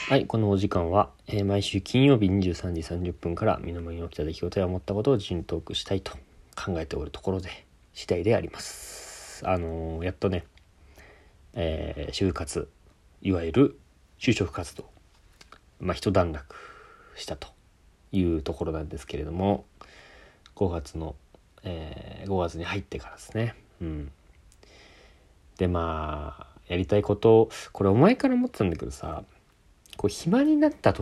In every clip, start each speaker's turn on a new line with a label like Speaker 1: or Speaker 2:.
Speaker 1: はい、このお時間は、毎週金曜日23時30分から身の回りに起きた出来事や思ったことを自由にトークしたいと考えておるところで次第であります。やっとね、就活、いわゆる就職活動、一段落したというところなんですけれども、5月に入ってからですね。でやりたいことこれお前から思ってたんだけどさ、こう暇になった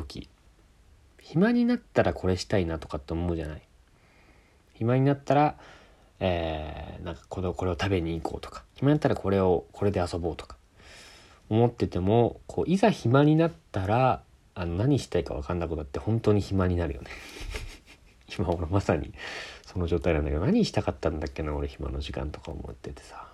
Speaker 1: らこれしたいなとかって思うじゃない。暇になったら、なんかこれを食べに行こうとか、暇になったらこれで遊ぼうとか思ってても、こういざ暇になったら何したいか分かんなくなって本当に暇になるよね。今俺まさにその状態なんだけど、何したかったんだっけな俺、暇の時間とか思っててさ。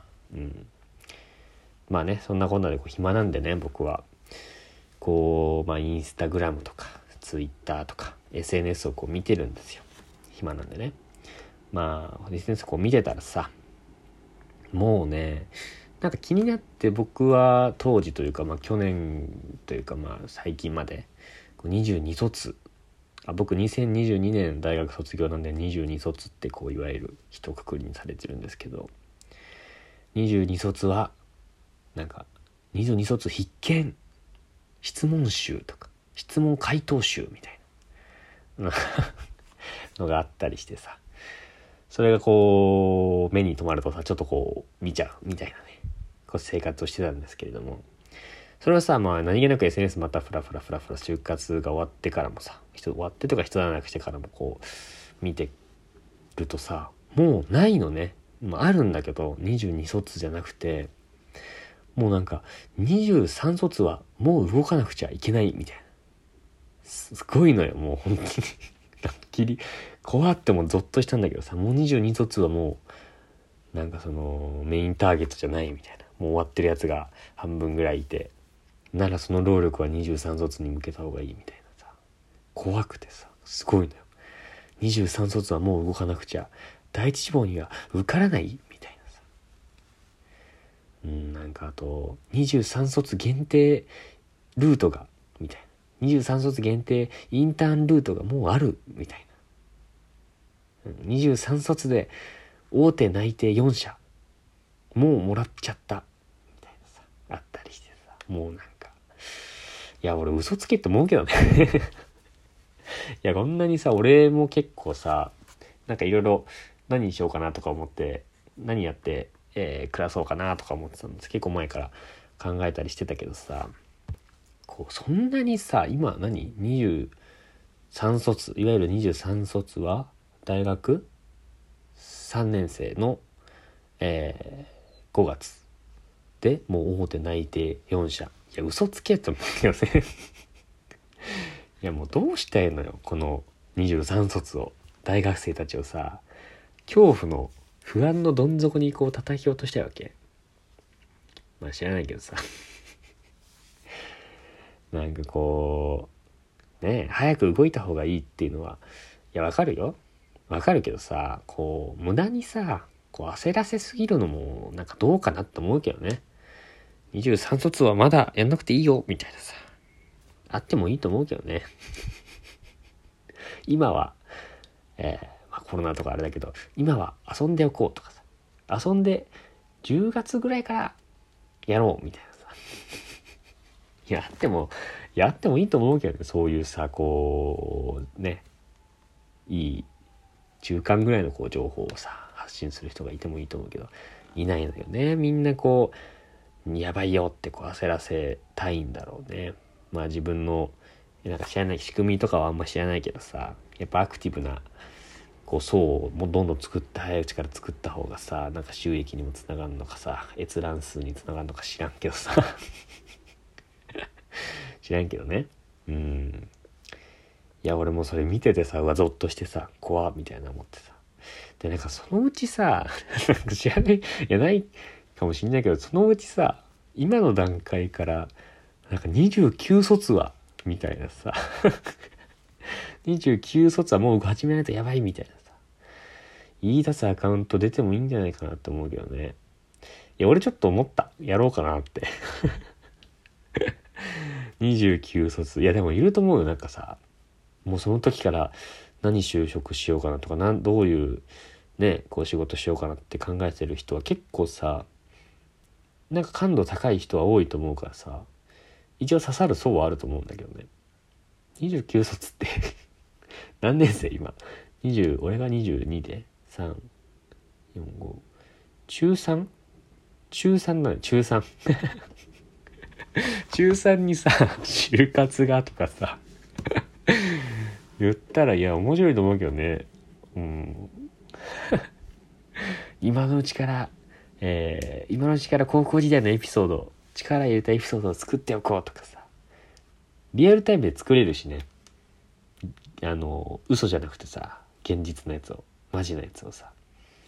Speaker 1: そんなこんなで暇なんでね、僕はインスタグラムとかツイッターとか SNS を見てるんですよ。暇なんでね。SNS 見てたらさ、もうね、なんか気になって、僕は当時というか去年というか最近まで22卒、僕2022年大学卒業なんで22卒っていわゆる一括りにされてるんですけど、22卒はなんか22卒必見質問集とか質問回答集みたいなのがあったりしてさ、それが目に留まるとさ、ちょっと見ちゃうみたいなね、生活をしてたんですけれども、それはさ、何気なく SNS またフラ就活が終わってからもさ、終わってとか一段落してからも見てるとさ、もうないのね。あるんだけど22卒じゃなくて、もうなんか23卒はもう動かなくちゃいけないみたいな、すごいのよ。もう本当にラッキリ怖ってもゾッとしたんだけどさ、もう22卒はもうなんかメインターゲットじゃないみたいな、もう終わってるやつが半分ぐらいいて、ならその労力は23卒に向けた方がいいみたいなさ、怖くてさ、すごいのよ。23卒はもう動かなくちゃ第一志望には受からないみたいなさ。なんかあと23卒限定ルートがみたいな、23卒限定インターンルートがもうあるみたいな、23卒で大手内定4社もうもらっちゃったみたいなさ、あったりしてさ、もうなんか、いや俺嘘つけって思うけどね。いやこんなにさ、俺も結構さ、なんかいろいろ何にしようかなとか思って、何やって、暮らそうかなとか思ってたんです。結構前から考えたりしてたけどさ、そんなにさ、今23卒、いわゆる23卒は大学3年生の、5月でもう大手内定4社。いや嘘つけと思うよね。いやもうどうしたいのよ、この23卒を、大学生たちをさ、恐怖の不安のどん底に叩き落としたいわけ。知らないけどさ。なんか早く動いた方がいいっていうのは、いやわかるよ。わかるけどさ、無駄にさ、焦らせすぎるのもなんかどうかなって思うけどね。23卒はまだやんなくていいよみたいなさ、あってもいいと思うけどね。今は、コロナとかあれだけど、今は遊んでおこうとかさ、遊んで10月ぐらいからやろうみたいなさ。やってもいいと思うけどね。そういうさ、いい中間ぐらいの情報をさ発信する人がいてもいいと思うけど、いないのよね。みんなやばいよって焦らせたいんだろうね。自分のなんか知らない仕組みとかはあんま知らないけどさ、やっぱアクティブな層をもうどんどん早いうちから作った方がさ、なんか収益にもつながるのかさ、閲覧数につながるのか知らんけどさ。知らんけどね。いや俺もそれ見ててさ、ゾッとしてさ、怖っみたいな思ってさ、でなんかそのうちさ、知らない、いやないかもしんないけど、そのうちさ、今の段階からなんか29卒はみたいなさ、29卒はもう始めないとやばいみたいなさ、言い出すアカウント出てもいいんじゃないかなって思うけどね。いや俺ちょっと思った、やろうかなって。 29卒。いやでもいると思うよ。なんかさ、もうその時から何就職しようかなとか、どういうね、こう仕事しようかなって考えてる人は結構さ、なんか感度高い人は多いと思うからさ、一応刺さる層はあると思うんだけどね。29卒って何年生今俺が22で345中 3? 中3なの中3中3にさ就活がとかさ言ったらいや面白いと思うけどね。今のうちから高校時代のエピソード、力入れたエピソードを作っておこうとかさ、リアルタイムで作れるしね。嘘じゃなくてさ、現実のやつを、マジのやつをさ。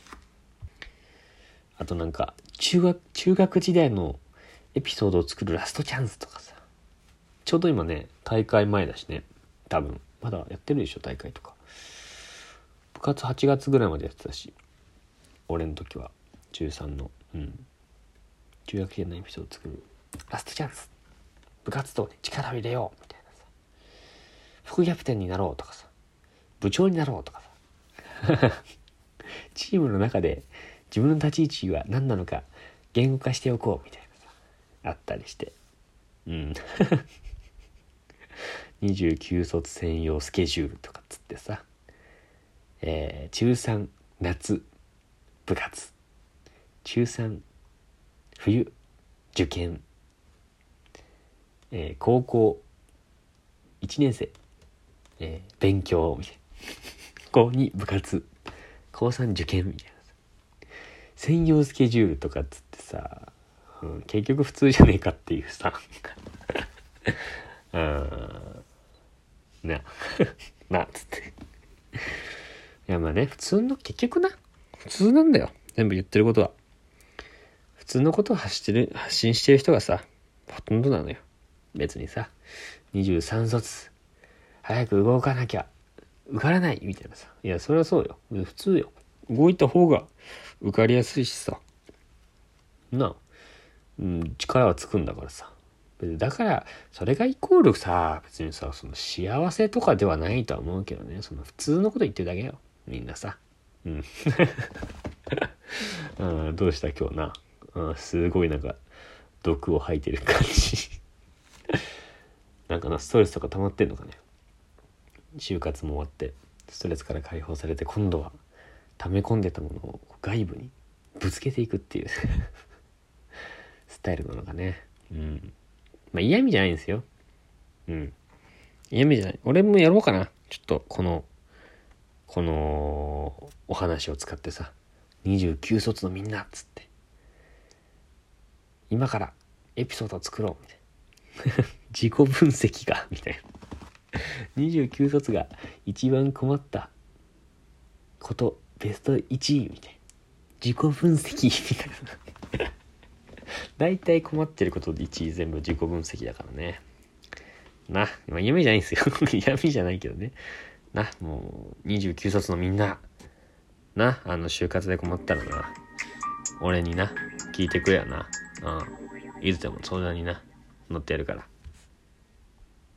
Speaker 1: あとなんか中学時代のエピソードを作るラストチャンスとかさ、ちょうど今ね大会前だしね、多分まだやってるでしょ大会とか。部活8月ぐらいまでやってたし、俺の時は中3の中学時代のエピソードを作るラストチャンス、部活動に力を入れようみたいなさ、副キャプテンになろうとかさ、部長になろうとかさチームの中で自分の立ち位置は何なのか言語化しておこうみたいなさ、あったりして29卒専用スケジュールとかつってさ、中3夏部活、中3冬受験、高校1年生、勉強みたいな高2部活、高3受験みたいなさ、専用スケジュールとかっつってさ、結局普通じゃねえかっていうさなっつっていやまあね、結局普通なんだよ、全部言ってることは。普通のことを発信してる人がさほとんどなのよ。別にさ、23卒早く動かなきゃ受からないみたいなさ、いやそれはそうよ、普通よ。動いた方が受かりやすいしさ、力はつくんだからさ。だからそれがイコールさ、別にさその幸せとかではないとは思うけどね、その普通のこと言ってるだけよみんなさ。どうした今日な、すごいなんか毒を吐いてる感じなんかストレスとか溜まってんのかね。就活も終わってストレスから解放されて、今度は溜め込んでたものを外部にぶつけていくっていうスタイルなのかね。まあ嫌味じゃないんですよ。嫌味じゃない。俺もやろうかな。ちょっとこのお話を使ってさ、29卒のみんなっつって、今からエピソードを作ろうみたいな自己分析がみたいな29卒が一番困ったことベスト1位みたいな自己分析みたいな大体困ってることで1位全部自己分析だからね。嫌味じゃないんですよ嫌味じゃないけどね。もう29卒のみんな就活で困ったら俺に聞いてくれやな。いつでも相談に乗ってやるから。